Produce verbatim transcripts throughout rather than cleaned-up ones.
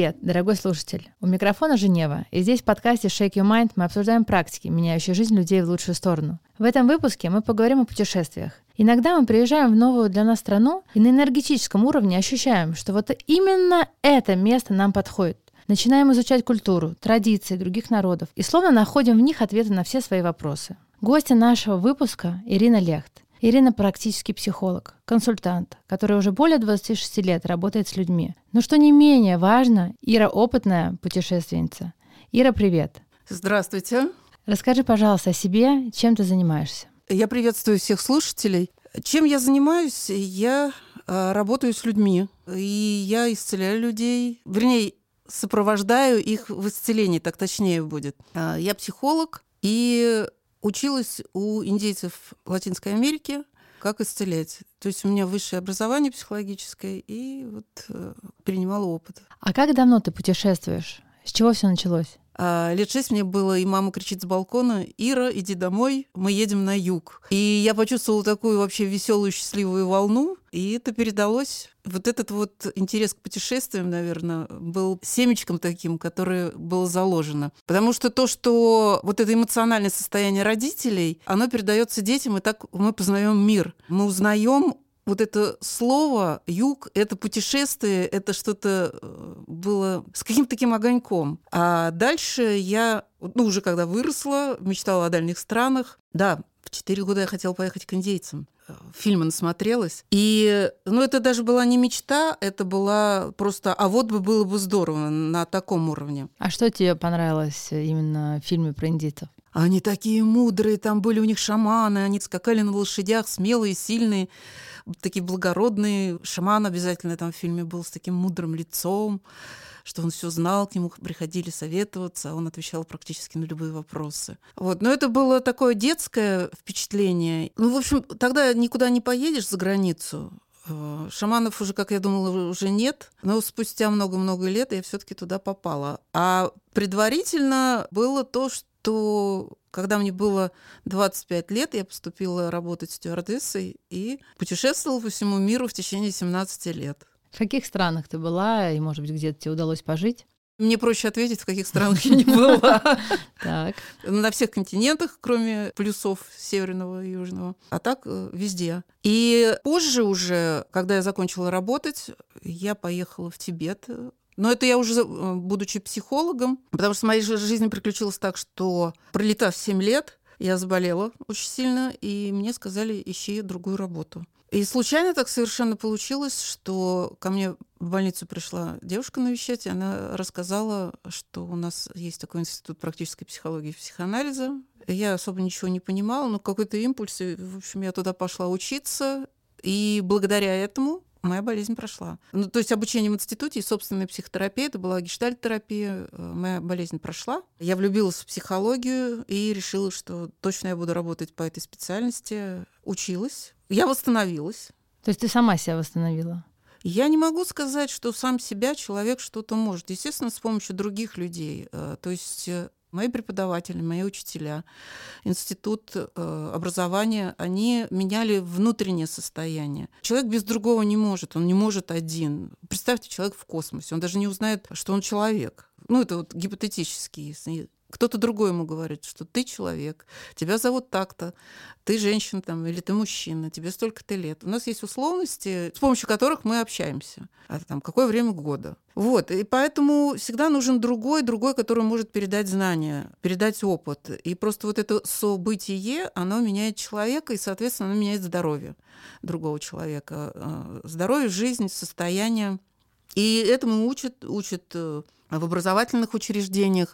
Привет, дорогой слушатель. У микрофона Женева, и здесь в подкасте Shake Your Mind мы обсуждаем практики, меняющие жизнь людей в лучшую сторону. В этом выпуске мы поговорим о путешествиях. Иногда мы приезжаем в новую для нас страну и на энергетическом уровне ощущаем, что вот именно это место нам подходит. Начинаем изучать культуру, традиции других народов и словно находим в них ответы на все свои вопросы. Гостья нашего выпуска — Ирина Лехт. Ирина — практический психолог, консультант, который уже более двадцати шести лет работает с людьми. Но что не менее важно, Ира — опытная путешественница. Ира, привет. Здравствуйте. Расскажи, пожалуйста, о себе, чем ты занимаешься. Я приветствую всех слушателей. Чем я занимаюсь? Я э, работаю с людьми, и я исцеляю людей, вернее, сопровождаю их в исцелении, так точнее будет. Э, я психолог и училась у индейцев Латинской Америки, как исцелять. То есть у меня высшее образование психологическое, и вот э, перенимала опыт. А как давно ты путешествуешь? С чего все началось? А, лет шесть мне было, и мама кричит с балкона: «Ира, иди домой, мы едем на юг». И я почувствовала такую вообще веселую, счастливую волну, и это передалось. Вот этот вот интерес к путешествиям, наверное, был семечком таким, которое было заложено. Потому что то, что вот это эмоциональное состояние родителей, оно передается детям, и так мы познаем мир. Мы узнаем вот это слово «юг», это путешествие, это что-то было с каким-то таким огоньком. А дальше я, ну, уже когда выросла, мечтала о дальних странах. Да, в четыре года я хотела поехать к индейцам. Фильмы насмотрелась. И, ну, это даже была не мечта, это была просто, а вот бы было бы здорово на таком уровне. А что тебе понравилось именно в фильме про индейцев? Они такие мудрые, там были у них шаманы, они скакали на лошадях, смелые, сильные, такие благородные. Шаман обязательно там в фильме был с таким мудрым лицом, что он все знал, к нему приходили советоваться, а он отвечал практически на любые вопросы. Вот. Но это было такое детское впечатление. Ну, в общем, тогда никуда не поедешь за границу. Шаманов уже, как я думала, уже нет, но спустя много-много лет я все-таки туда попала. А предварительно было то, что то когда мне было двадцать пять лет, я поступила работать стюардессой и путешествовала по всему миру в течение семнадцати лет. В каких странах ты была, и, может быть, где-то тебе удалось пожить? Мне проще ответить, в каких странах я не была. Так. На всех континентах, кроме плюсов северного и южного. А так везде. И позже уже, когда я закончила работать, я поехала в Тибет. Но это я уже, будучи психологом, потому что в моей жизни приключилось так, что, пролетав семь лет, я заболела очень сильно, и мне сказали: ищи другую работу. И случайно так совершенно получилось, что ко мне в больницу пришла девушка навещать, и она рассказала, что у нас есть такой институт практической психологии и психоанализа. Я особо ничего не понимала, но какой-то импульс, и, в общем, я туда пошла учиться, и благодаря этому моя болезнь прошла. Ну, то есть обучение в институте и собственная психотерапия, это была гештальт-терапия, моя болезнь прошла. Я влюбилась в психологию и решила, что точно я буду работать по этой специальности. Училась. Я восстановилась. То есть ты сама себя восстановила? Я не могу сказать, что сам себя человек что-то может. Естественно, с помощью других людей. То есть мои преподаватели, мои учителя, институт э, образования, они меняли внутреннее состояние. Человек без другого не может, он не может один. Представьте, человек в космосе, он даже не узнает, что он человек. Ну, это вот гипотетически, если кто-то другой ему говорит, что ты человек, тебя зовут так-то, ты женщина там, или ты мужчина, тебе столько-то лет. У нас есть условности, с помощью которых мы общаемся. А там какое время года. Вот, и поэтому всегда нужен другой, другой, который может передать знания, передать опыт. И просто вот это событие, оно меняет человека, и, соответственно, оно меняет здоровье другого человека. Здоровье, жизнь, состояние. И этому учат, учат в образовательных учреждениях,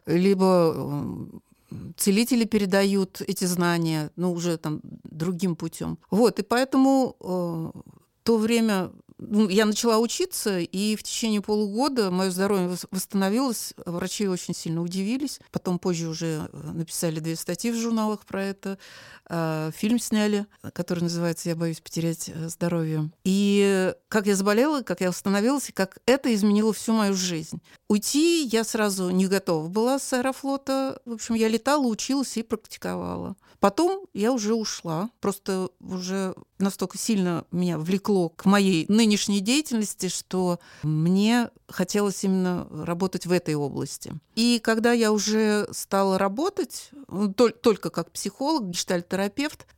либо целители передают эти знания, ну, уже там другим путем. Вот, и поэтому э, то время ну, я начала учиться, и в течение полугода мое здоровье восстановилось. Врачи очень сильно удивились. Потом позже уже написали две статьи в журналах про это. Фильм сняли, который называется «Я боюсь потерять здоровье». И как я заболела, как я восстановилась, и как это изменило всю мою жизнь. Уйти я сразу не готова была с Аэрофлота. В общем, я летала, училась и практиковала. Потом я уже ушла. Просто уже настолько сильно меня влекло к моей нынешней нынешней деятельности, что мне хотелось именно работать в этой области. И когда я уже стала работать, только как психолог, гештальт-терапевт,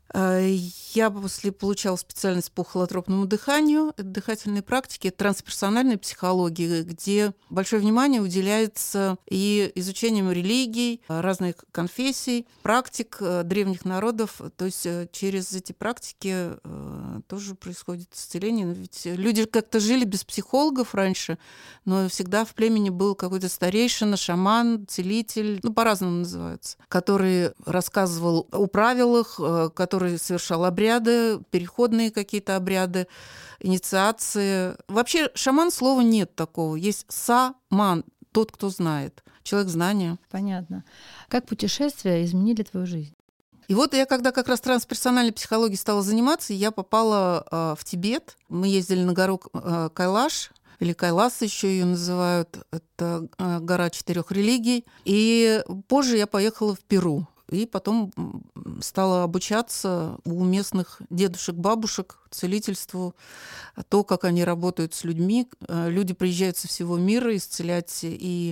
я после получала специальность по холотропному дыханию, это дыхательные практики, это трансперсональной психологии, где большое внимание уделяется и изучению религий, разных конфессий, практик древних народов. То есть через эти практики тоже происходит исцеление. Но ведь люди как-то жили без психологов раньше, но всегда в племени был какой-то старейшина, шаман, целитель, ну, по-разному называются, который рассказывал о правилах, который который совершал обряды, переходные какие-то обряды, инициации. Вообще шаман слова нет такого. Есть саман, тот, кто знает. Человек знания. Понятно. Как путешествия изменили твою жизнь? И вот я, когда как раз трансперсональной психологией стала заниматься, я попала э, в Тибет. Мы ездили на гору э, Кайлаш, или Кайлас еще ее называют. Это э, гора четырех религий. И позже я поехала в Перу. И потом стала обучаться у местных дедушек, бабушек целительству, то, как они работают с людьми. Люди приезжают со всего мира исцелять и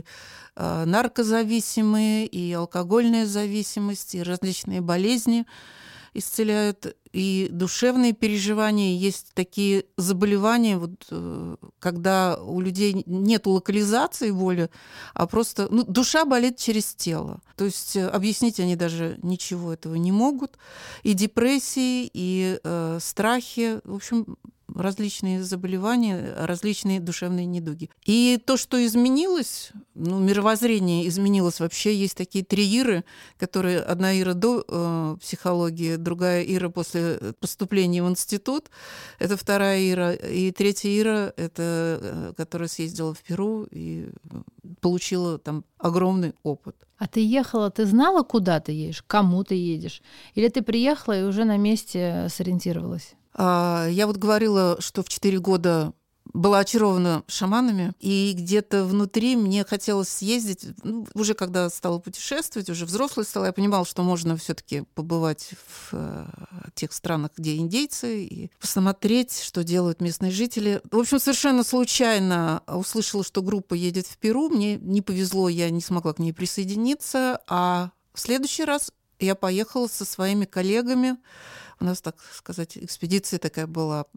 наркозависимые, и алкогольная зависимость, и различные болезни исцеляют, и душевные переживания. Есть такие заболевания, вот, когда у людей нет локализации боли, а просто ну, душа болит через тело. То есть объяснить они даже ничего этого не могут. И депрессии, и э, страхи, в общем, различные заболевания, различные душевные недуги. И то, что изменилось, ну, мировоззрение изменилось вообще. Есть такие три иры, которые одна ира до э, психологии, другая ира после поступления в институт, это вторая ира, и третья ира, это э, которая съездила в Перу и получила там огромный опыт. А ты ехала, ты знала, куда ты едешь, к кому ты едешь? Или ты приехала и уже на месте сориентировалась? Я вот говорила, что в четыре года была очарована шаманами, и где-то внутри мне хотелось съездить, ну, уже когда стала путешествовать, уже взрослой стала, я понимала, что можно все-таки побывать в э, тех странах, где индейцы, и посмотреть, что делают местные жители. В общем, совершенно случайно услышала, что группа едет в Перу, мне не повезло, я не смогла к ней присоединиться, а в следующий раз я поехала со своими коллегами. У нас, так сказать, экспедиция такая была.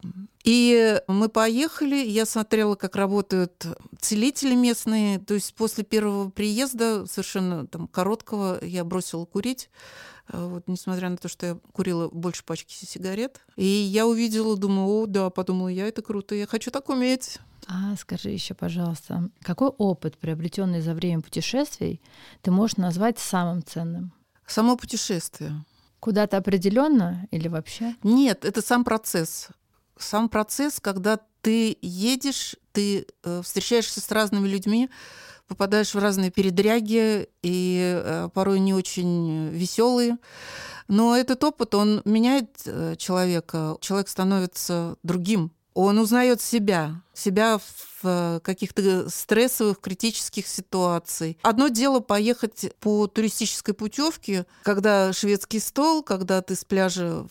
И мы поехали, я смотрела, как работают целители местные. То есть после первого приезда, совершенно там короткого, я бросила курить. Вот, несмотря на то, что я курила больше пачки сигарет. И я увидела, думаю, о, да, подумала я, это круто, я хочу так уметь. А скажи еще, пожалуйста, какой опыт, приобретенный за время путешествий, ты можешь назвать самым ценным? Само путешествие. Куда-то определенно или вообще? Нет, это сам процесс. Сам процесс, когда ты едешь, ты э, встречаешься с разными людьми, попадаешь в разные передряги и э, порой не очень веселые. Но этот опыт, он меняет э, человека. Человек становится другим. Он узнает себя, себя в каких-то стрессовых, критических ситуациях. Одно дело поехать по туристической путевке, когда шведский стол, когда ты с пляжа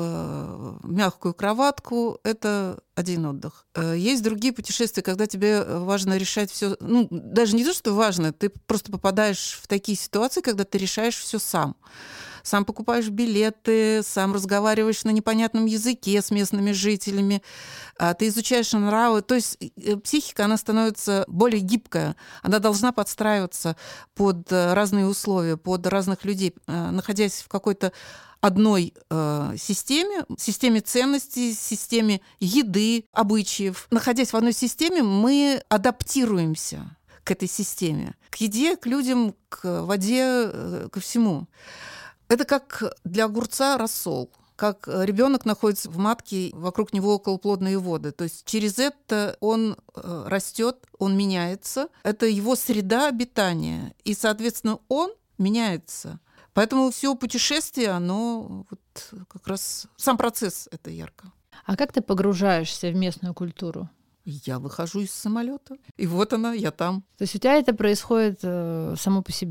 в мягкую кроватку, это один отдых. Есть другие путешествия, когда тебе важно решать все, ну, даже не то, что важно, ты просто попадаешь в такие ситуации, когда ты решаешь все сам. Сам покупаешь билеты, сам разговариваешь на непонятном языке с местными жителями, ты изучаешь нравы. То есть психика, она становится более гибкая, она должна подстраиваться под разные условия, под разных людей, находясь в какой-то одной э, системе, системе ценностей, системе еды, обычаев. Находясь в одной системе, мы адаптируемся к этой системе, к еде, к людям, к воде, ко всему. Это как для огурца рассол, как ребенок находится в матке, вокруг него околоплодные воды. То есть через это он растет, он меняется. Это его среда обитания. И, соответственно, он меняется. Поэтому все путешествие, оно вот как раз... Сам процесс это ярко. А как ты погружаешься в местную культуру? Я выхожу из самолета, и вот она, я там. То есть у тебя это происходит э, само по себе?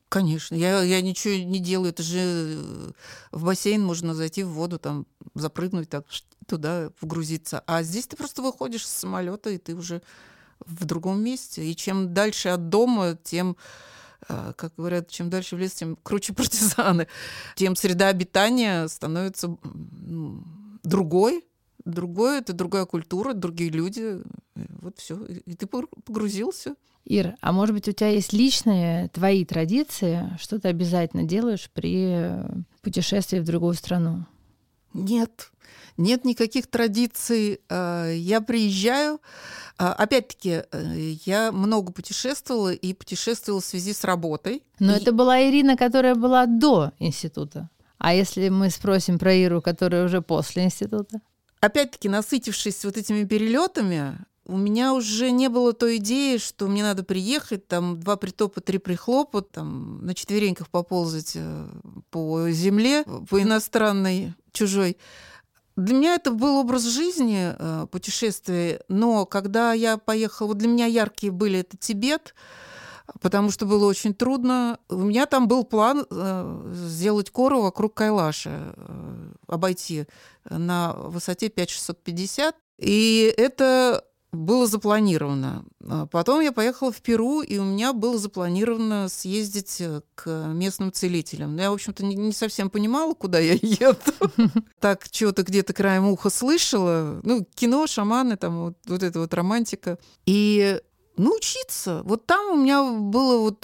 Конечно, я, я ничего не делаю. Это же в бассейн можно зайти, в воду, там, запрыгнуть, так, туда погрузиться. А здесь ты просто выходишь с самолета, и ты уже в другом месте. И чем дальше от дома, тем, как говорят, чем дальше в лес, тем круче партизаны. Тем среда обитания становится ну, другой. Другое, это другая культура, другие люди. Вот все. И ты погрузился. Ир, а может быть, у тебя есть личные твои традиции, что ты обязательно делаешь при путешествии в другую страну? Нет. Нет никаких традиций. Я приезжаю. Опять-таки, я много путешествовала и путешествовала в связи с работой. Но и... это была Ирина, которая была до института. А если мы спросим про Иру, которая уже после института? Опять-таки, насытившись вот этими перелетами, у меня уже не было той идеи, что мне надо приехать, там, два притопа, три прихлопа, там, на четвереньках поползать по земле, по иностранной, чужой. Для меня это был образ жизни, путешествия, но когда я поехала, вот для меня яркие были это Тибет, потому что было очень трудно. У меня там был план сделать кору вокруг Кайлаша, обойти на высоте пять тысяч шестьсот пятьдесят, и это было запланировано. Потом я поехала в Перу, и у меня было запланировано съездить к местным целителям. Но я, в общем-то, не совсем понимала, куда я еду. Так, что-то где-то краем уха слышала. Ну, кино, шаманы, там вот, вот эта вот романтика. И научиться. Вот там у меня было вот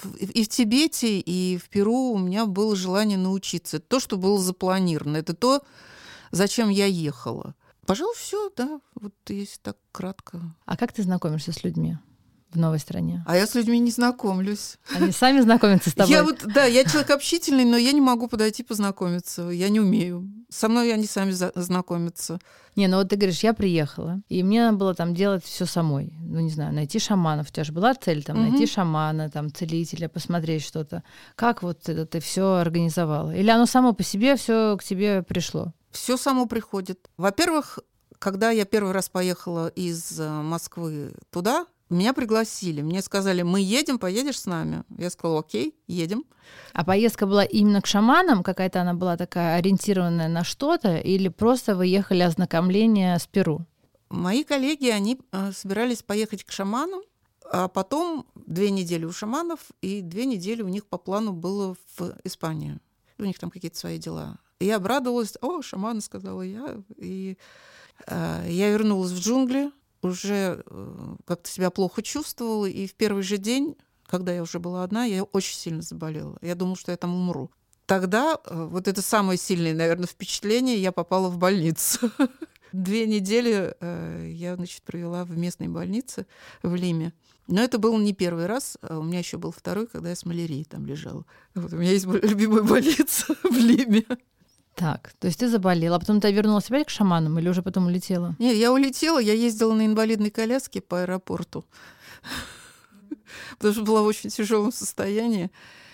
и в Тибете, и в Перу у меня было желание научиться. Это то, что было запланировано. Это то, зачем я ехала. Пожалуй, все, да, вот если так кратко. А как ты знакомишься с людьми в новой стране? А я с людьми не знакомлюсь. Они сами знакомятся с тобой? Я вот, да, я человек общительный, но я не могу подойти познакомиться. Я не умею. Со мной они сами за- знакомятся. Не, ну вот ты говоришь, я приехала, и мне надо было там делать все самой. Ну, не знаю, найти шаманов. У тебя же была цель там Мгм. найти шамана, там, целителя, посмотреть что-то. Как вот это ты все организовала? Или оно само по себе все к тебе пришло? Все само приходит. Во-первых, когда я первый раз поехала из э, Москвы туда, меня пригласили. Мне сказали, мы едем, поедешь с нами? Я сказала, окей, едем. А поездка была именно к шаманам? Какая-то она была такая ориентированная на что-то? Или просто вы ехали ознакомление с Перу? Мои коллеги, они э, собирались поехать к шаманам, а потом две недели у шаманов, и две недели у них по плану было в Испанию. У них там какие-то свои дела. И я обрадовалась. О, шаманы, сказала я. И э, я вернулась в джунгли, уже э, как-то себя плохо чувствовала. И в первый же день, когда я уже была одна, я очень сильно заболела. Я думала, что я там умру. Тогда э, вот это самое сильное, наверное, впечатление, я попала в больницу. Две недели э, я, значит, провела в местной больнице в Лиме. Но это был не первый раз, а у меня еще был второй, когда я с малярией там лежала. Вот у меня есть любимая больница в Лиме. Так, то есть ты заболела, а потом ты вернулась опять к шаманам или уже потом улетела? Нет, я улетела, я ездила на инвалидной коляске по аэропорту, потому что была в очень тяжелом состоянии.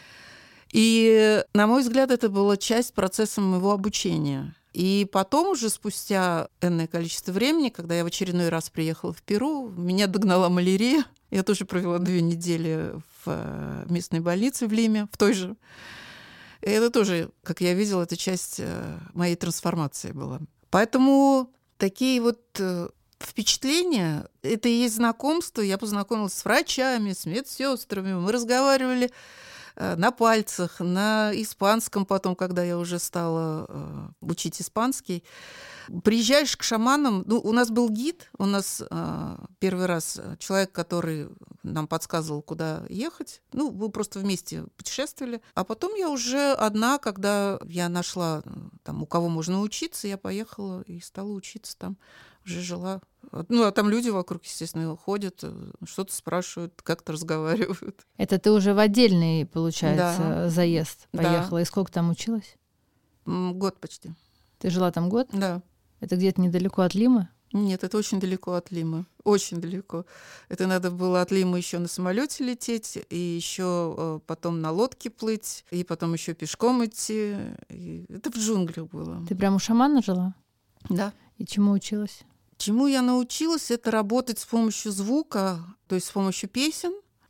И, на мой взгляд, это была часть процесса моего обучения. И потом уже спустя энное количество времени, когда я в очередной раз приехала в Перу, меня догнала малярия. Я тоже провела две недели в местной больнице в Лиме, в той же. И это тоже, как я видела, это часть моей трансформации была. Поэтому такие вот впечатления, это и есть знакомство. Я познакомилась с врачами, с медсестрами, мы разговаривали на пальцах, на испанском потом, когда я уже стала э, учить испанский. Приезжаешь к шаманам, ну, у нас был гид, у нас э, первый раз человек, который нам подсказывал, куда ехать. Ну, мы просто вместе путешествовали. А потом я уже одна, когда я нашла, там, у кого можно учиться, я поехала и стала учиться там. Уже жила. Ну, а там люди вокруг, естественно, ходят, что-то спрашивают, как-то разговаривают. Это ты уже в отдельный, получается, Да. заезд поехала. Да. И сколько там училась? Год почти. Ты жила там год? Да. Это где-то недалеко от Лимы? Нет, это очень далеко от Лимы. Очень далеко. Это надо было от Лимы еще на самолете лететь, и еще потом на лодке плыть, и потом еще пешком идти. И это в джунглях было. Ты прям у шамана жила? Да. И чему училась? Чему я научилась, это работать с помощью звука, то есть с помощью песен.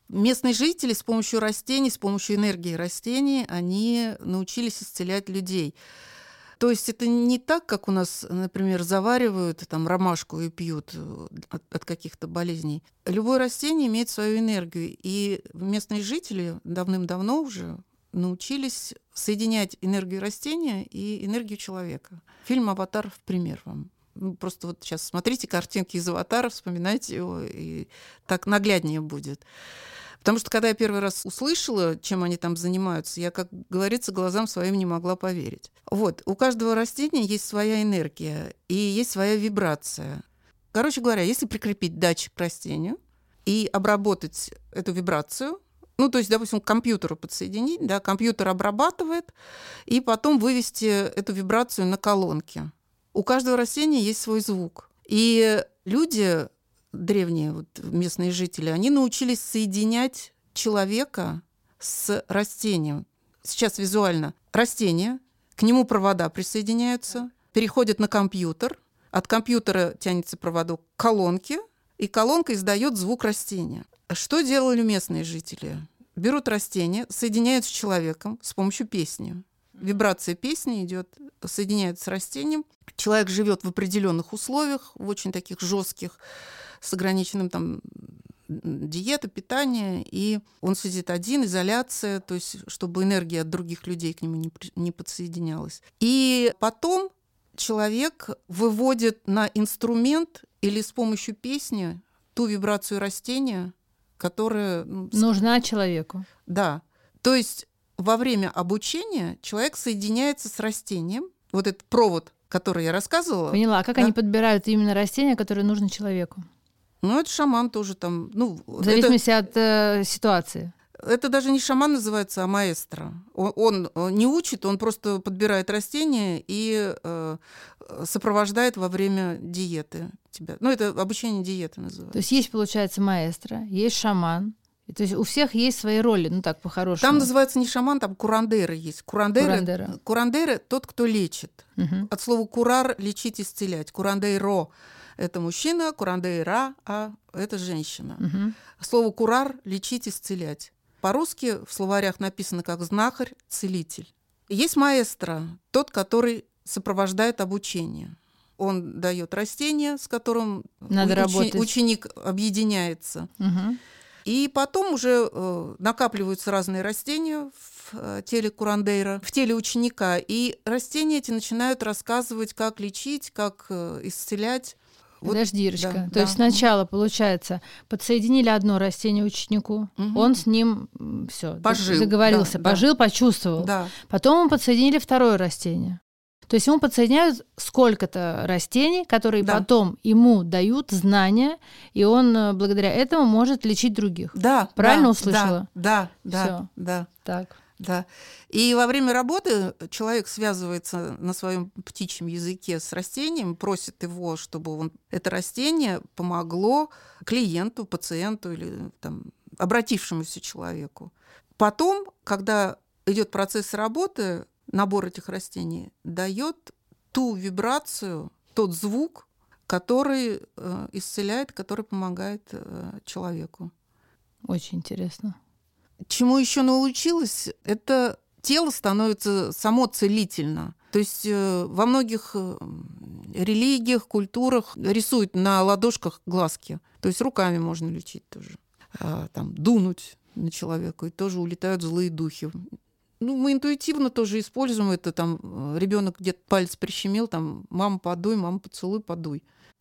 Местные жители с помощью растений, с помощью энергии растений, они научились исцелять людей. То есть это не так, как у нас, например, заваривают там ромашку и пьют от, от каких-то болезней. Любое растение имеет свою энергию, и местные жители давным-давно уже научились соединять энергию растения и энергию человека. Фильм «Аватар» в пример вам. Ну, просто вот сейчас смотрите картинки из «Аватара», вспоминайте его, и так нагляднее будет. Потому что, когда я первый раз услышала, чем они там занимаются, я, как говорится, глазам своим не могла поверить. Вот. У каждого растения есть своя энергия и есть своя вибрация. Короче говоря, если прикрепить датчик к растению и обработать эту вибрацию, ну, то есть, допустим, к компьютеру подсоединить, да, компьютер обрабатывает, и потом вывести эту вибрацию на колонки. У каждого растения есть свой звук. И люди... древние вот, местные жители, они научились соединять человека с растением. Сейчас визуально растение, к нему провода присоединяются, переходят на компьютер, от компьютера тянется проводок к колонке, и колонка издает звук растения. Что делали местные жители? Берут растение, соединяют с человеком с помощью песни. Вибрация песни идет, соединяют с растением. Человек живет в определенных условиях, в очень таких жестких, с ограниченным там диета, питание, и он сидит один, изоляция, то есть чтобы энергия от других людей к нему не, не подсоединялась. И потом человек выводит на инструмент или с помощью песни ту вибрацию растения, которая... нужна человеку. Да. То есть во время обучения человек соединяется с растением, вот этот провод, который я рассказывала. Поняла. А как да? они подбирают именно растения, которые нужны человеку? Ну, это шаман тоже там... Ну, в зависимости это, от э, ситуации. Это даже не шаман называется, а маэстро. Он, он не учит, он просто подбирает растения и э, сопровождает во время диеты тебя. Ну, это обучение диеты называется. То есть есть, получается, маэстро, есть шаман. То есть у всех есть свои роли, ну так, по-хорошему. Там называется не шаман, там курандеры есть. Курандеры, курандеры. курандеры — тот, кто лечит. Угу. От слова «курар» — лечить, исцелять. Курандейро — это мужчина, курандейра — а это женщина. Угу. Слово «курар» — лечить, исцелять. По-русски в словарях написано как «знахарь», «целитель». Есть маэстро, тот, который сопровождает обучение. Он дает растение, с которым Надо учи- работать. ученик объединяется. Угу. И потом уже э, накапливаются разные растения в э, теле курандейра, в теле ученика. И растения эти начинают рассказывать, как лечить, как э, исцелять. Подожди, Ирочка. Да, То да. есть сначала, получается, подсоединили одно растение ученику, угу. он с ним все договорился, да, пожил, да. почувствовал. Да. Потом ему подсоединили второе растение. То есть ему подсоединяют сколько-то растений, которые да. потом ему дают знания, и он благодаря этому может лечить других. Да, правильно да, услышала? Да, да, Всё. да. Так. Да. И во время работы человек связывается на своем птичьем языке с растением, просит его, чтобы он, это растение помогло клиенту, пациенту или там, обратившемуся человеку. Потом, когда идет процесс работы, набор этих растений дает ту вибрацию, тот звук, который э, исцеляет, который помогает э, человеку. Очень интересно. Чему еще научилась, это тело становится само целительно. То есть э, во многих э, религиях, культурах рисуют на ладошках глазки. То есть руками можно лечить тоже. А, там, дунуть на человека, и тоже улетают злые духи. Ну, мы интуитивно тоже используем это. Там ребенок где-то палец прищемил, там, мама подуй, мама поцелуй, подуй.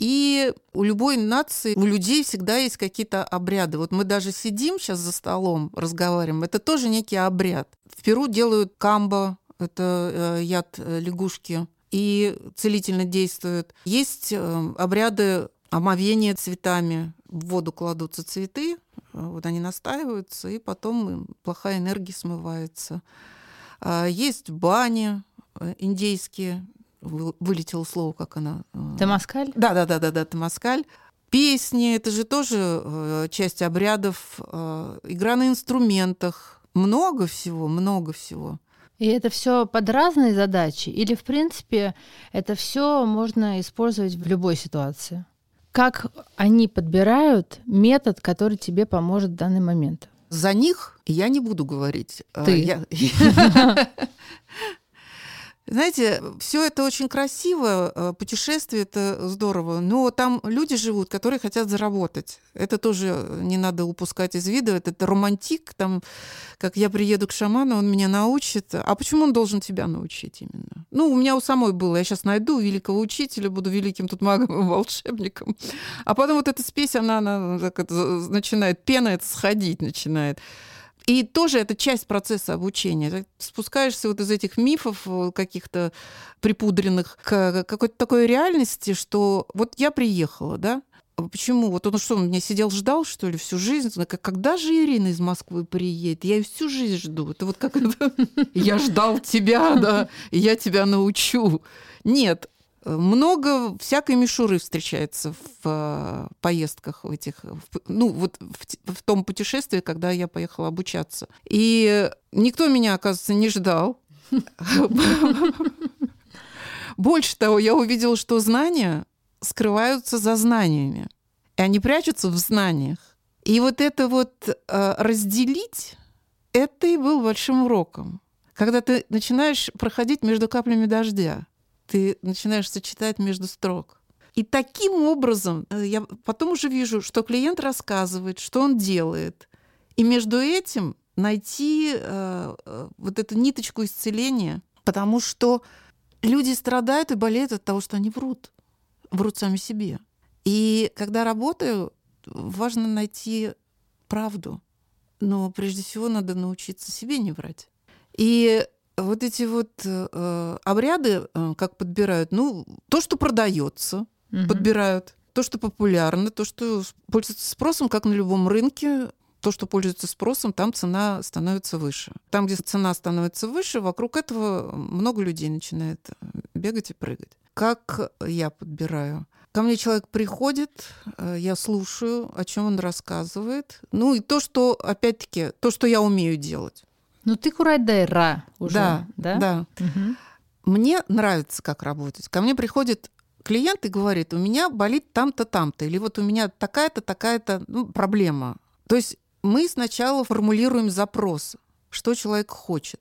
И у любой нации, у людей всегда есть какие-то обряды. Вот мы даже сидим сейчас за столом, разговариваем, это тоже некий обряд. В Перу делают камбо, это яд лягушки, и целительно действует. Есть обряды омовения цветами. В воду кладутся цветы, вот они настаиваются, и потом плохая энергия смывается. Есть бани индейские. Вылетело слово, как она... Тамаскаль? Да, да, да, да, да, тамаскаль. Песни, это же тоже э, часть обрядов. Э, игра на инструментах. Много всего, много всего. И это все под разные задачи? Или, в принципе, это все можно использовать в любой ситуации? Как они подбирают метод, который тебе поможет в данный момент? За них я не буду говорить. Ты. Я... Знаете, все это очень красиво, путешествие это здорово, но там люди живут, которые хотят заработать. Это тоже не надо упускать из виду. Это, это романтик, там, как я приеду к шаману, он меня научит. А почему он должен тебя научить именно? Ну, у меня у самой было. Я сейчас найду великого учителя, буду великим тут магом и волшебником. А потом вот эта спесь, она, она так это, начинает, пена это сходить начинает. И тоже это часть процесса обучения. Ты спускаешься вот из этих мифов каких-то припудренных к какой-то такой реальности, что вот я приехала, да? Почему? Вот он что, он меня сидел, ждал, что ли, всю жизнь? Когда же Ирина из Москвы приедет? Я ее всю жизнь жду. Это вот как это... Я ждал тебя, да, и я тебя научу. Нет. Много всякой мишуры встречается в поездках в этих, в, ну вот в, в том путешествии, когда я поехала обучаться. И никто меня, оказывается, не ждал. Больше того, я увидела, что знания скрываются за знаниями, и они прячутся в знаниях. И вот это вот разделить, это и был большим уроком. Когда ты начинаешь проходить между каплями дождя, ты начинаешь сочетать между строк. И таким образом я потом уже вижу, что клиент рассказывает, что он делает. И между этим найти э, вот эту ниточку исцеления, потому что люди страдают и болеют от того, что они врут. Врут сами себе. И когда работаю, важно найти правду. Но прежде всего надо научиться себе не врать. И вот эти вот э, обряды, э, как подбирают, ну, то, что продается, угу. подбирают, то, что популярно, то, что пользуется спросом, как на любом рынке, то, что пользуется спросом, там цена становится выше. Там, где цена становится выше, вокруг этого много людей начинает бегать и прыгать. Как я подбираю? Ко мне человек приходит, я слушаю, о чем он рассказывает. Ну и то, что, опять-таки, то, что я умею делать. Ну, ты курайдера уже, да? Да, да. Угу. Мне нравится, как работать. Ко мне приходит клиент и говорит, у меня болит там-то, там-то, или вот у меня такая-то, такая-то ну, проблема. То есть мы сначала формулируем запрос, что человек хочет.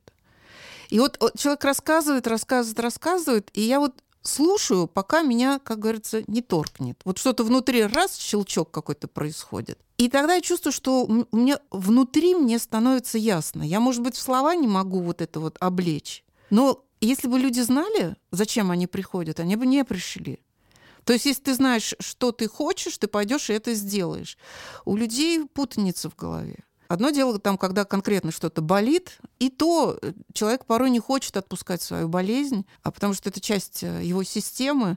И вот человек рассказывает, рассказывает, рассказывает, и я вот слушаю, пока меня, как говорится, не торкнет. Вот что-то внутри, раз, щелчок какой-то происходит. И тогда я чувствую, что у меня внутри мне становится ясно. Я, может быть, в слова не могу вот это вот облечь. Но если бы люди знали, зачем они приходят, они бы не пришли. То есть, если ты знаешь, что ты хочешь, ты пойдешь и это сделаешь. У людей путаница в голове. Одно дело, там, когда конкретно что-то болит, и то человек порой не хочет отпускать свою болезнь, а потому что это часть его системы.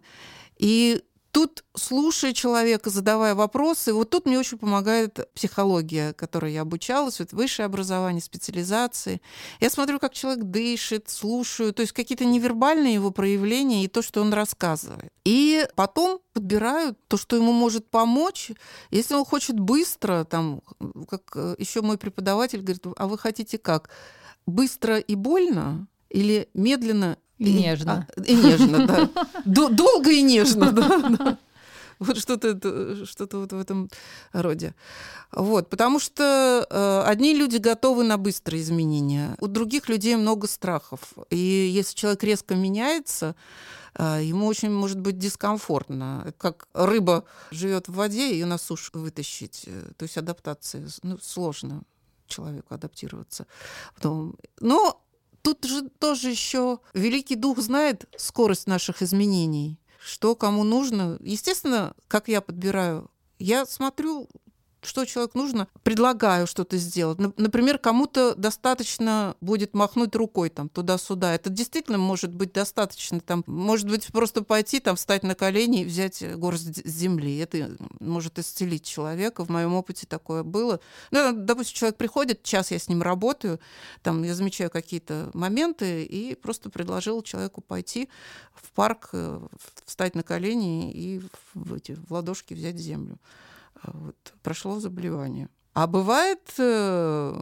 И тут, слушая человека, задавая вопросы, вот тут мне очень помогает психология, которой я обучалась, вот высшее образование, специализации. Я смотрю, как человек дышит, слушаю, то есть какие-то невербальные его проявления и то, что он рассказывает. И потом подбираю то, что ему может помочь. Если он хочет быстро, там, как еще мой преподаватель говорит, а вы хотите как? Быстро и больно или медленно? И нежно. И, а, и нежно, да. Долго и нежно, да. Вот что-то, что-то вот в этом роде. Вот, потому что э, одни люди готовы на быстрые изменения, у других людей много страхов. И если человек резко меняется, э, ему очень может быть дискомфортно. Как рыба живет в воде, ее на сушу вытащить. То есть адаптация, ну, сложно человеку адаптироваться. Потом, но тут же тоже еще Великий Дух знает скорость наших изменений, что кому нужно. Естественно, как я подбираю, я смотрю, что человеку нужно, предлагаю что-то сделать. Например, кому-то достаточно будет махнуть рукой там, туда-сюда. Это действительно может быть достаточно. Там, может быть, просто пойти, там, встать на колени и взять горсть земли. Это может исцелить человека. В моем опыте такое было. Ну, допустим, человек приходит, час я с ним работаю, там, я замечаю какие-то моменты и просто предложила человеку пойти в парк, встать на колени и в, эти, в ладошки взять землю. Вот, прошло заболевание. А бывает, это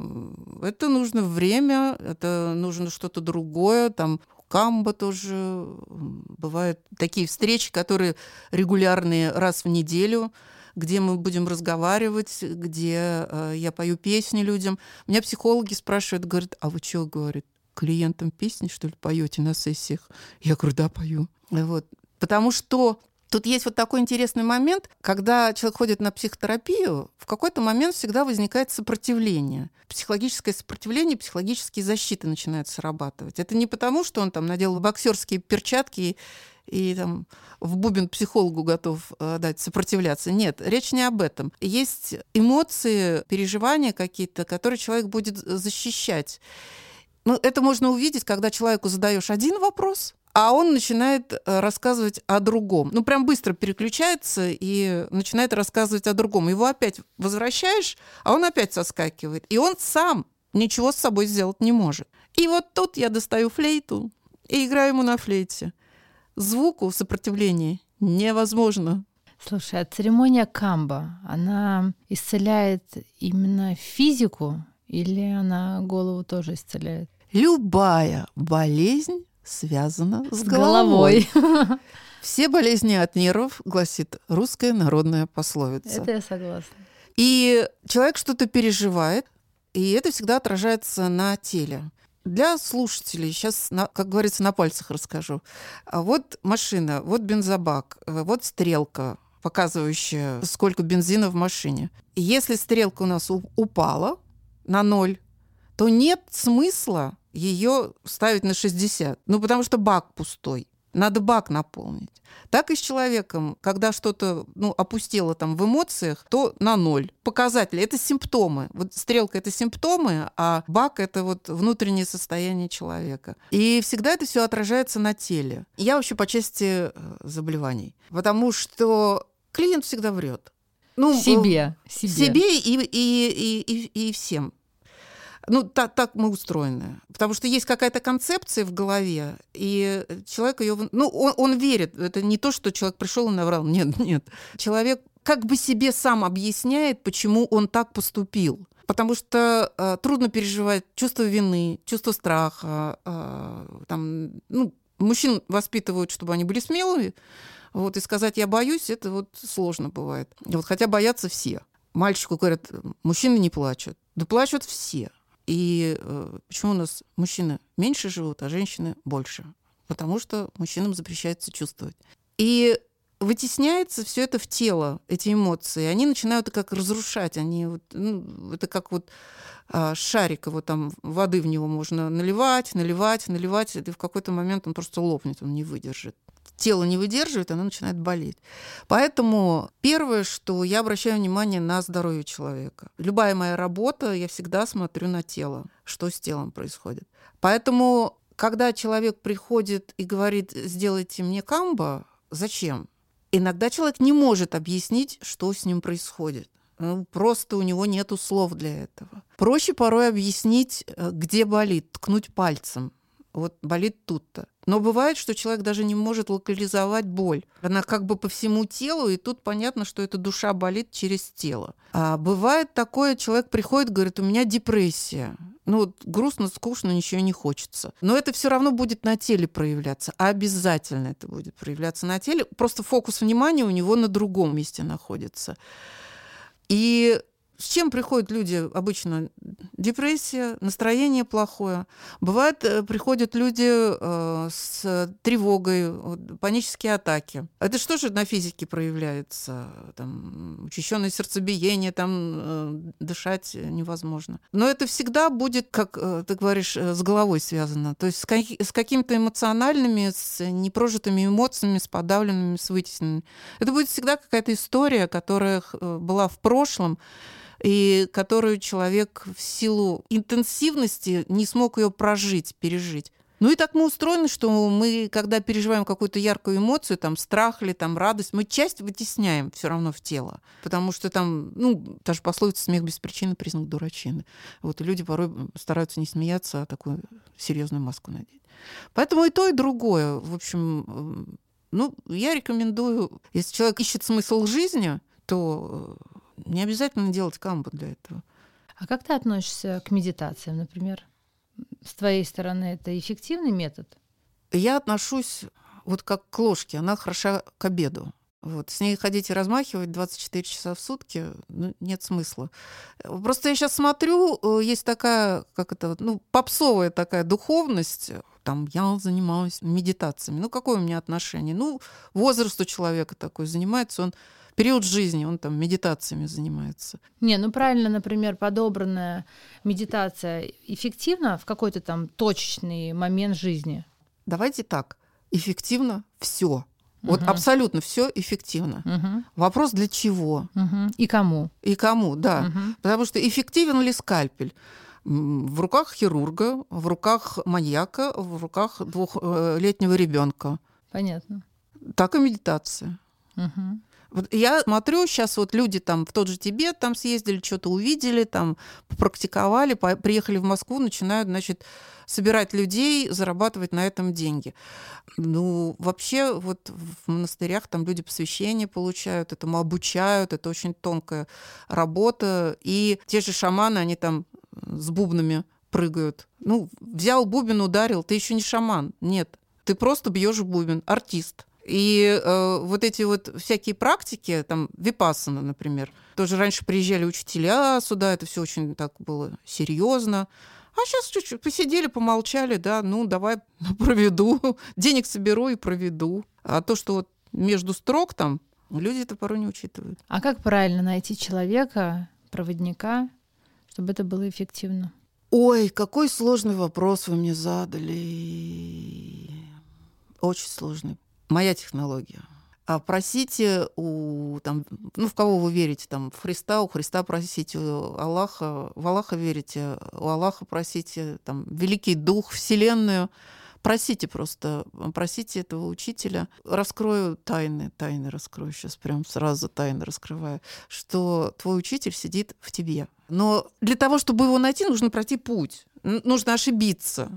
нужно время, это нужно что-то другое. Там камбо тоже. Бывают такие встречи, которые регулярные раз в неделю, где мы будем разговаривать, где э, я пою песни людям. Меня психологи спрашивают, говорят, а вы что, говорит, клиентам песни, что ли, поете на сессиях? Я говорю, да, пою. Вот. Потому что тут есть вот такой интересный момент, когда человек ходит на психотерапию, в какой-то момент всегда возникает сопротивление. Психологическое сопротивление, психологические защиты начинают срабатывать. Это не потому, что он там надел боксерские перчатки и, и там в бубен психологу готов э, дать сопротивляться. Нет, речь не об этом. Есть эмоции, переживания какие-то, которые человек будет защищать. Ну, это можно увидеть, когда человеку задаешь один вопрос, а он начинает рассказывать о другом. Ну, прям быстро переключается и начинает рассказывать о другом. Его опять возвращаешь, а он опять соскакивает. И он сам ничего с собой сделать не может. И вот тут я достаю флейту и играю ему на флейте. Звуку сопротивления невозможно. Слушай, а церемония камбо, она исцеляет именно физику или она голову тоже исцеляет? Любая болезнь связана с, с головой. головой. Все болезни от нервов, гласит русская народная пословица. Это я согласна. И человек что-то переживает, и это всегда отражается на теле. Для слушателей сейчас, как говорится, на пальцах расскажу. Вот машина, вот бензобак, вот стрелка, показывающая, сколько бензина в машине. И если стрелка у нас упала на ноль, то нет смысла ее ставить на шестьдесят. Ну, потому что бак пустой. Надо бак наполнить. Так и с человеком, когда что-то ну, опустело там в эмоциях, то на ноль. Показатели — это симптомы. Вот стрелка — это симптомы, а бак — это вот внутреннее состояние человека. И всегда это все отражается на теле. Я вообще по части заболеваний. Потому что клиент всегда врет. Ну, себе. Себе, себе и, и, и, и, и всем. Ну, так, так мы устроены. Потому что есть какая-то концепция в голове, и человек ее... Ну, он, он верит. Это не то, что человек пришел и наврал. Нет, нет. Человек как бы себе сам объясняет, почему он так поступил. Потому что э, трудно переживать чувство вины, чувство страха. Э, там, ну, мужчин воспитывают, чтобы они были смелыми. Вот, и сказать «я боюсь» — это вот сложно бывает. Вот, хотя боятся все. Мальчику говорят, мужчины не плачут. Да плачут все. И э, почему у нас мужчины меньше живут, а женщины больше? Потому что мужчинам запрещается чувствовать. И вытесняется все это в тело, эти эмоции. Они начинают как разрушать. Они, вот, ну, это как вот а, шарик, его там воды в него можно наливать, наливать, наливать. И в какой-то момент он просто лопнет, он не выдержит. Тело не выдерживает, оно начинает болеть. Поэтому первое, что я обращаю внимание на здоровье человека. Любая моя работа, я всегда смотрю на тело, что с телом происходит. Поэтому, когда человек приходит и говорит, сделайте мне камбо, зачем? Иногда человек не может объяснить, что с ним происходит. Ну, просто у него нет слов для этого. Проще порой объяснить, где болит, ткнуть пальцем. Вот болит тут-то. Но бывает, что человек даже не может локализовать боль. Она как бы по всему телу, и тут понятно, что эта душа болит через тело. А бывает такое, человек приходит, говорит, у меня депрессия. Ну вот грустно, скучно, ничего не хочется. Но это все равно будет на теле проявляться. Обязательно это будет проявляться на теле. Просто фокус внимания у него на другом месте находится. И с чем приходят люди обычно? Депрессия, настроение плохое. Бывает, приходят люди э, с тревогой, вот, панические атаки. Это что же на физике проявляется? Там, учащенное сердцебиение, там, э, дышать невозможно. Но это всегда будет, как э, ты говоришь, с головой связано. То есть с, как, с какими-то эмоциональными, с непрожитыми эмоциями, с подавленными, с вытесненными. Это будет всегда какая-то история, которая была в прошлом, и которую человек в силу интенсивности не смог ее прожить, пережить. Ну и так мы устроены, что мы, когда переживаем какую-то яркую эмоцию, там страх или там радость, мы часть вытесняем все равно в тело. Потому что там, ну, даже пословица «смех без причины — признак дурачины». Вот, и люди порой стараются не смеяться, а такую серьезную маску надеть. Поэтому и то, и другое. В общем, ну, я рекомендую, если человек ищет смысл жизни, то не обязательно делать камбо для этого. А как ты относишься к медитациям, например? С твоей стороны, это эффективный метод? Я отношусь вот как к ложке. Она хороша к обеду. Вот. С ней ходить и размахивать двадцать четыре часа в сутки, ну, нет смысла. Просто я сейчас смотрю, есть такая, как это, ну, попсовая такая духовность. Там я занимаюсь медитациями. Ну, какое у меня отношение? Ну, возраст у человека такой, занимается он, период жизни, он там медитациями занимается. Не, ну правильно, например, подобранная медитация эффективна в какой-то там точечный момент жизни? Давайте так, эффективно все. Вот угу. абсолютно все эффективно. Угу. Вопрос для чего? Угу. И кому? И кому, да. Угу. Потому что эффективен ли скальпель? В руках хирурга, в руках маньяка, в руках двухлетнего ребенка. Понятно. Так и медитация. Угу. Вот я смотрю, сейчас вот люди там в тот же Тибет там съездили, что-то увидели, там попрактиковали, по- приехали в Москву, начинают, значит, собирать людей, зарабатывать на этом деньги. Ну, вообще вот в монастырях там люди посвящения получают, этому обучают, это очень тонкая работа. И те же шаманы, они там с бубнами прыгают. Ну, взял бубен, ударил, ты еще не шаман. Нет, ты просто бьешь бубен, артист. И э, вот эти вот всякие практики, там, випассана, например, тоже раньше приезжали учителя сюда, это все очень так было серьезно. А сейчас чуть-чуть посидели, помолчали, да, ну, давай проведу, денег соберу и проведу. А то, что вот между строк там, люди это порой не учитывают. А как правильно найти человека, проводника, чтобы это было эффективно? Ой, какой сложный вопрос вы мне задали. Очень сложный. Моя технология. А просите у, там, ну, в кого вы верите, там, в Христа, у Христа просите, у Аллаха, в Аллаха верите, у Аллаха просите, там, Великий Дух, Вселенную. Просите просто, просите этого учителя. Раскрою тайны, тайны раскрою, сейчас прям сразу тайны раскрываю, что твой учитель сидит в тебе. Но для того, чтобы его найти, нужно пройти путь, нужно ошибиться.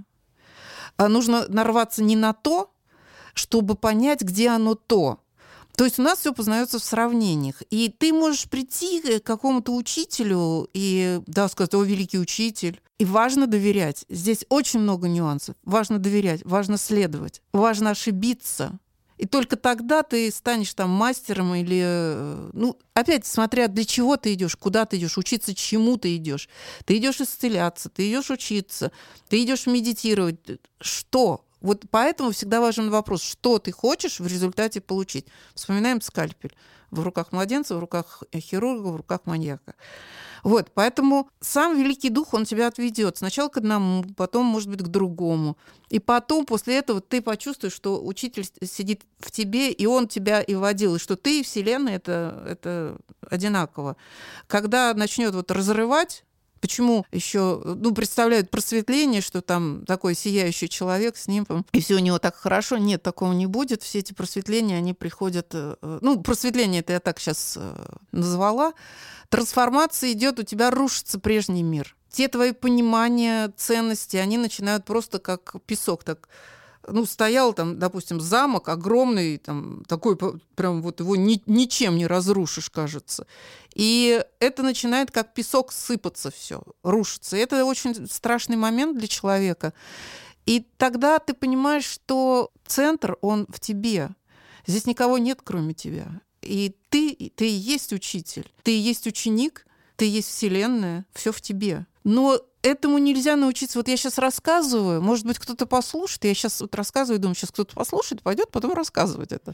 Нужно нарваться не на то, чтобы понять, где оно то. То есть у нас все познается в сравнениях. И ты можешь прийти к какому-то учителю и, да, сказать: о, великий учитель. И важно доверять. Здесь очень много нюансов. Важно доверять, важно следовать, важно ошибиться. И только тогда ты станешь там мастером или... Ну, опять, смотря для чего ты идешь, куда ты идешь, учиться чему ты идешь. Ты идешь исцеляться, ты идешь учиться, ты идешь медитировать. Что? Вот поэтому всегда важен вопрос, что ты хочешь в результате получить. Вспоминаем скальпель. В руках младенца, в руках хирурга, в руках маньяка. Вот, поэтому сам Великий Дух, он тебя отведет. Сначала к одному, потом, может быть, к другому. И потом, после этого, ты почувствуешь, что учитель сидит в тебе, и он тебя и водил, и что ты и Вселенная — это, это одинаково. Когда начнет вот разрывать, почему еще, ну, представляют просветление, что там такой сияющий человек с ним, и все у него так хорошо? Нет, такого не будет. Все эти просветления, они приходят... Ну, просветление это я так сейчас назвала. Трансформация идет, у тебя рушится прежний мир. Те твои понимания, ценности, они начинают просто как песок, так... Ну, стоял там, допустим, замок огромный, там, такой, прям вот его ни, ничем не разрушишь, кажется. И это начинает как песок сыпаться все, рушиться. И это очень страшный момент для человека. И тогда ты понимаешь, что центр, он в тебе. Здесь никого нет, кроме тебя. И ты, ты и есть учитель, ты и есть ученик, ты и есть Вселенная, все в тебе. Но этому нельзя научиться. Вот я сейчас рассказываю, может быть, кто-то послушает, я сейчас вот рассказываю, думаю, сейчас кто-то послушает, пойдет потом рассказывать это.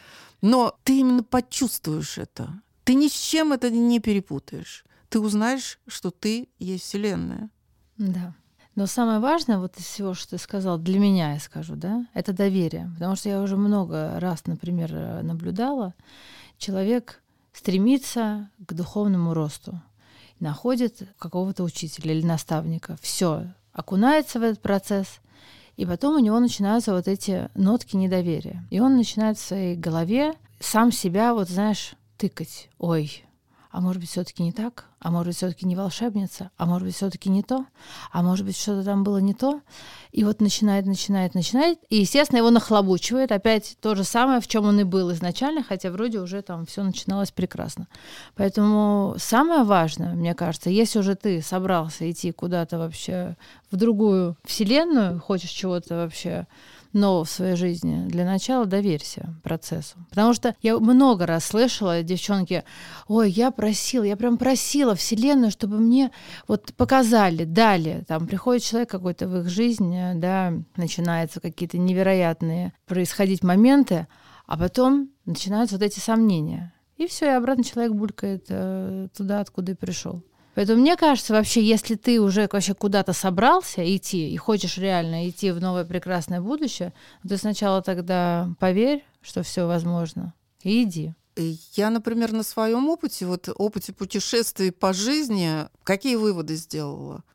Но ты именно почувствуешь это. Ты ни с чем это не перепутаешь. Ты узнаешь, что ты есть Вселенная. Да. Но самое важное вот из всего, что ты сказал, для меня, я скажу, да, это доверие. Потому что я уже много раз, например, наблюдала, человек стремится к духовному росту, находит какого-то учителя или наставника, все, окунается в этот процесс, и потом у него начинаются вот эти нотки недоверия. И он начинает в своей голове сам себя, вот знаешь, тыкать. Ой, а может быть, все-таки не так? а может быть, все-таки не волшебница, а может быть, все-таки не то, а может быть, что-то там было не то. И вот начинает, начинает, начинает, и, естественно, его нахлобучивает опять то же самое, в чем он и был изначально, хотя вроде уже там все начиналось прекрасно. Поэтому самое важное, мне кажется, если уже ты собрался идти куда-то вообще в другую вселенную, хочешь чего-то вообще нового в своей жизни, для начала доверься процессу. Потому что я много раз слышала, девчонки, ой, я просила, я прям просила Вселенную, чтобы мне вот показали, дали. Там приходит человек какой-то в их жизнь, да, начинаются какие-то невероятные происходить моменты, а потом начинаются вот эти сомнения. И все, и обратно человек булькает э, туда, откуда и пришел. Поэтому мне кажется, вообще, если ты уже вообще куда-то собрался идти и хочешь реально идти в новое прекрасное будущее, ты сначала тогда поверь, что все возможно, и иди. Я, например, на своем опыте, вот опыте путешествий по жизни, какие выводы сделала?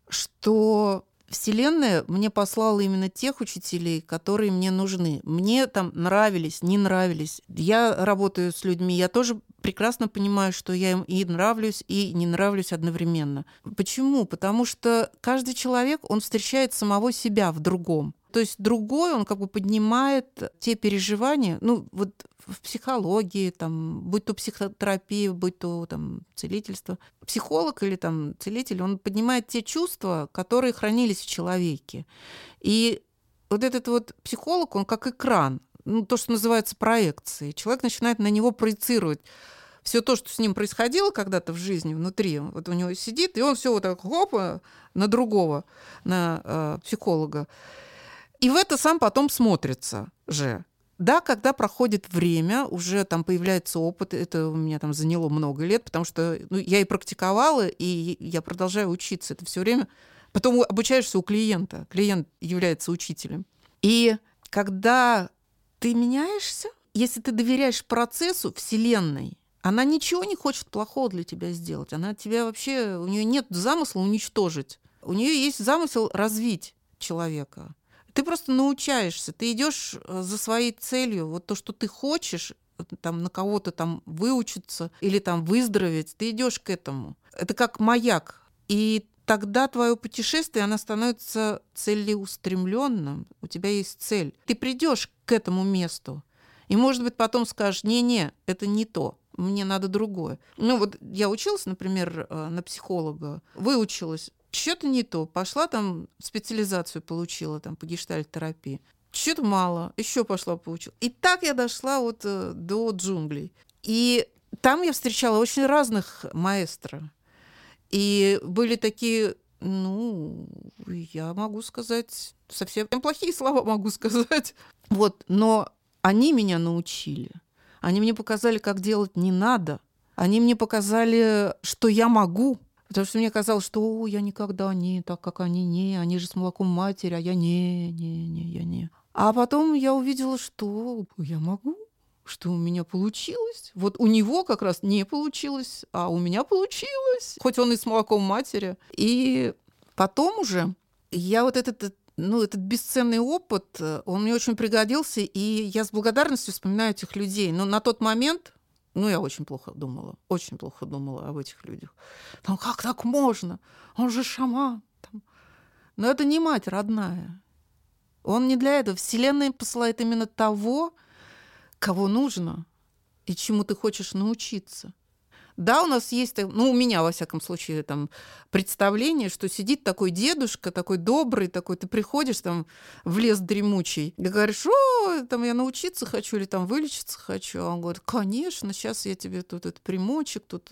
Что Вселенная мне послала именно тех учителей, которые мне нужны. Мне там нравились, не нравились. Я работаю с людьми, я тоже прекрасно понимаю, что я им и нравлюсь, и не нравлюсь одновременно. Почему? Потому что каждый человек, он встречает самого себя в другом. То есть другой, он как бы поднимает те переживания, ну вот в психологии, там, будь то психотерапия, будь то там, целительство. Психолог или там, целитель, он поднимает те чувства, которые хранились в человеке. И вот этот вот психолог, он как экран, ну, то, что называется проекцией. Человек начинает на него проецировать все то, что с ним происходило когда-то в жизни внутри. Вот у него сидит, и он все вот так хопа на другого, на э, психолога. И в это сам потом смотрится же. Да, когда проходит время, уже там появляется опыт, это у меня там заняло много лет, потому что ну, я и практиковала, и я продолжаю учиться это все время. Потом обучаешься у клиента. Клиент является учителем. И когда ты меняешься, если ты доверяешь процессу Вселенной, она ничего не хочет плохого для тебя сделать. Она тебя вообще, у нее нет замысла уничтожить. У нее есть замысел развить человека. Ты просто научаешься, ты идешь за своей целью, вот то, что ты хочешь, там, на кого-то там выучиться или там выздороветь, ты идешь к этому. Это как маяк. И тогда твое путешествие, оно становится целеустремленным. У тебя есть цель. Ты придешь к этому месту. И, может быть, потом скажешь, не-не, это не то, мне надо другое. Ну вот я училась, например, на психолога, выучилась. Что-то не то. Пошла там, специализацию получила там, по гештальт-терапии. Что-то мало. Еще пошла поучила. И так я дошла вот э, до джунглей. И там я встречала очень разных маэстро. И были такие, ну, я могу сказать, совсем плохие слова могу сказать. Вот, но они меня научили. Они мне показали, как делать не надо. Они мне показали, что я могу. Потому что мне казалось, что О, я никогда не так, как они, не, они же с молоком матери, а я не, не, не, я не. А потом я увидела, что я могу, что у меня получилось. Вот у него как раз не получилось, а у меня получилось. Хоть он и с молоком матери. И потом уже я вот этот, ну, этот бесценный опыт, он мне очень пригодился, и я с благодарностью вспоминаю этих людей. Но на тот момент... Ну, я очень плохо думала, очень плохо думала об этих людях. Там, как так можно? Он же шаман. Там. Но это не мать родная. Он не для этого. Вселенная посылает именно того, кого нужно и чему ты хочешь научиться. Да, у нас есть, ну, у меня, во всяком случае, там, представление, что сидит такой дедушка, такой добрый, такой, ты приходишь там в лес дремучий, и говоришь, о, там, я научиться хочу или там вылечиться хочу. А он говорит, конечно, сейчас я тебе тут этот примочек, тут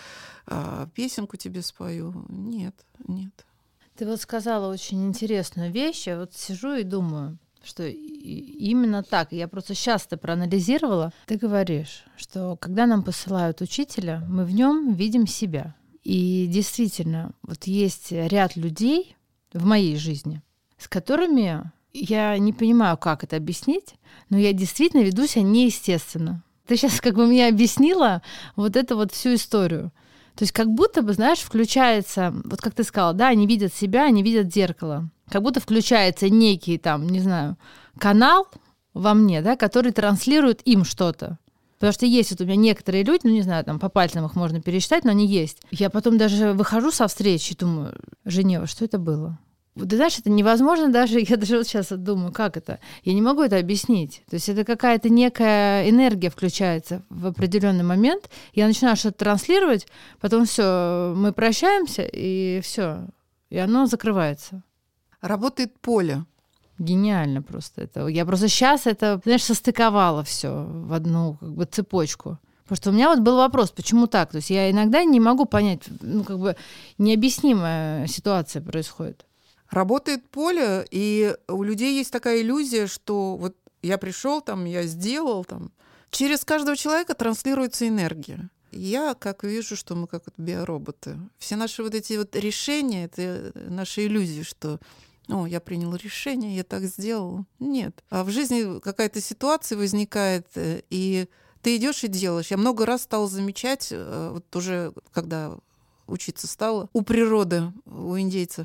а, песенку тебе спою. Нет, нет. Ты вот сказала очень интересную вещь, я вот сижу и думаю, что именно так. Я просто сейчас это проанализировала. Ты говоришь, что когда нам посылают учителя, мы в нем видим себя. И действительно, вот есть ряд людей в моей жизни, с которыми я не понимаю, как это объяснить, но я действительно веду себя неестественно. Ты сейчас как бы мне объяснила вот эту вот всю историю. То есть как будто бы, знаешь, включается, вот как ты сказала, да, они видят себя, они видят зеркало. Как будто включается некий там, не знаю, канал во мне, да, который транслирует им что-то. Потому что есть вот у меня некоторые люди, ну, не знаю, там по пальцам их можно пересчитать, но они есть. Я потом даже выхожу со встречи и думаю: Женева, что это было? Ты знаешь, это невозможно даже, я даже вот сейчас думаю, как это? Я не могу это объяснить. То есть это какая-то некая энергия включается в определенный момент, я начинаю что-то транслировать, потом все, мы прощаемся, и все, и оно закрывается. Работает поле. Гениально просто это. Я просто сейчас это, знаешь, состыковала все в одну как бы цепочку. Потому что у меня вот был вопрос, почему так? То есть я иногда не могу понять, ну как бы необъяснимая ситуация происходит. Работает поле, и у людей есть такая иллюзия, что вот я пришел, там, я сделал, там. Через каждого человека транслируется энергия. Я как вижу, что мы как вот биороботы. Все наши вот эти вот решения, это наши иллюзии, что «О, я принял решение, я так сделал». Нет. А в жизни какая-то ситуация возникает, и ты идешь и делаешь. Я много раз стала замечать, вот уже когда учиться стала, у природы, у индейцев,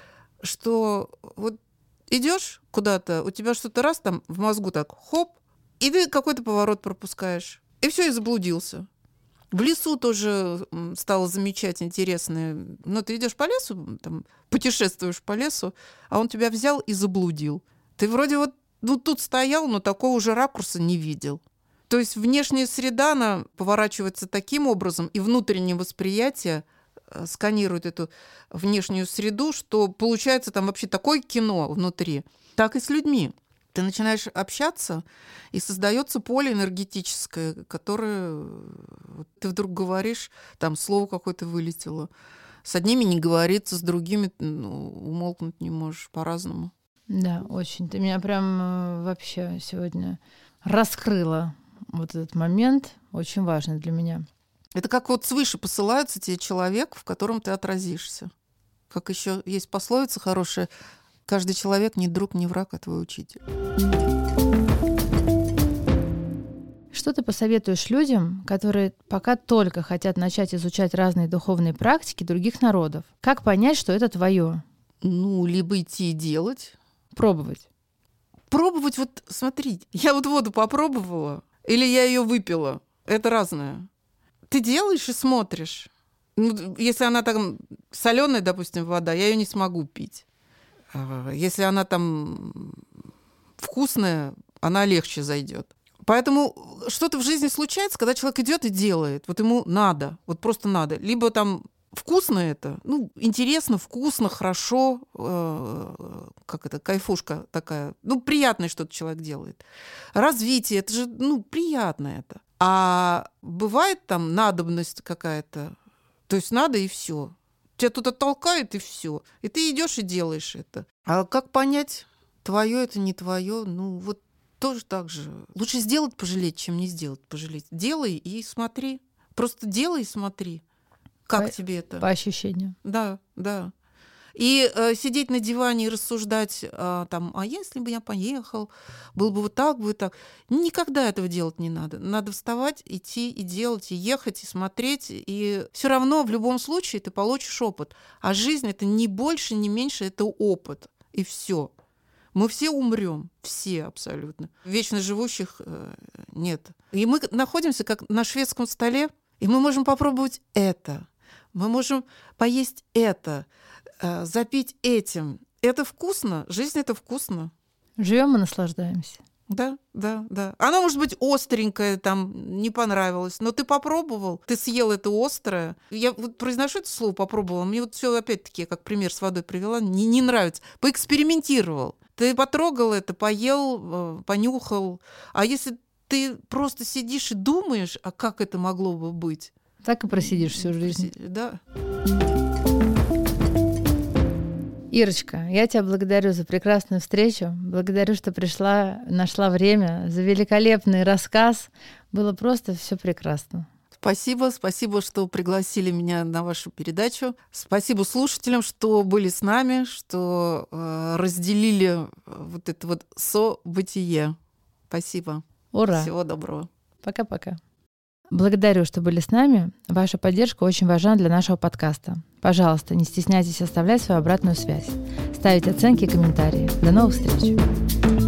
что вот идешь куда-то, у тебя что-то раз там в мозгу так хоп, и ты какой-то поворот пропускаешь. И все, и заблудился. В лесу тоже стало замечать интересное. Ну, ты идешь по лесу, там, путешествуешь по лесу, а он тебя взял и заблудил. Ты вроде вот ну, тут стоял, но такого же ракурса не видел. То есть внешняя среда, она поворачивается таким образом, и внутреннее восприятие сканирует эту внешнюю среду, что получается там вообще такое кино внутри. Так и с людьми. Ты начинаешь общаться, и создается поле энергетическое, которое ты вдруг говоришь, там слово какое-то вылетело. С одними не говорится, с другими ну, умолкнуть не можешь по-разному. Да, очень. Ты меня прям вообще сегодня раскрыла вот этот момент, очень важный для меня. Это как вот свыше посылается тебе человек, в котором ты отразишься. Как еще есть пословица хорошая: каждый человек не друг, не враг, а твой учитель. Что ты посоветуешь людям, которые пока только хотят начать изучать разные духовные практики других народов? Как понять, что это твое? Ну, либо идти и делать. Пробовать. Пробовать, вот смотри, я вот воду попробовала, или я ее выпила. Это разное. Ты делаешь и смотришь. Ну, если она там соленая, допустим, вода, я ее не смогу пить. Если она там вкусная, она легче зайдет. Поэтому что-то в жизни случается, когда человек идет и делает. Вот ему надо, вот просто надо. Либо там вкусно это, ну, интересно, вкусно, хорошо, э, как это, кайфушка такая. Ну, приятное что-то человек делает. Развитие, это же, ну, приятно это. А бывает там надобность какая-то, то есть надо и все. Тебя тут оттолкают и все. И ты идешь и делаешь это. А как понять, твое это не твое? Ну, вот тоже так же. Лучше сделать пожалеть, чем не сделать пожалеть. Делай и смотри. Просто делай и смотри. Как по, тебе это? По ощущению. Да, да. И э, сидеть на диване и рассуждать, э, там, а если бы я поехал, было бы вот так, бы так. Никогда этого делать не надо. Надо вставать, идти и делать, и ехать, и смотреть. И все равно в любом случае ты получишь опыт. А жизнь — это не больше, не меньше, это опыт. И все. Мы все умрем, все абсолютно. Вечно живущих э, нет. И мы находимся как на шведском столе, и мы можем попробовать это. Мы можем поесть это, э, запить этим. Это вкусно. Жизнь — это вкусно. Живем и наслаждаемся. Да, да, да. Оно может быть остренькое, там, не понравилось, но ты попробовал, ты съел это острое. Я вот произношу это слово «попробовал», мне вот все опять-таки, как пример с водой привела, не, не нравится. Поэкспериментировал. Ты потрогал это, поел, понюхал. А если ты просто сидишь и думаешь, а как это могло бы быть? Так и просидишь всю жизнь. Да. Ирочка, я тебя благодарю за прекрасную встречу. Благодарю, что пришла, нашла время, за великолепный рассказ. Было просто все прекрасно. Спасибо, спасибо, что пригласили меня на вашу передачу. Спасибо слушателям, что были с нами, что э, разделили вот это вот событие. Спасибо. Ура. Всего доброго. Пока-пока. Благодарю, что были с нами. Ваша поддержка очень важна для нашего подкаста. Пожалуйста, не стесняйтесь оставлять свою обратную связь. Ставить оценки и комментарии. До новых встреч.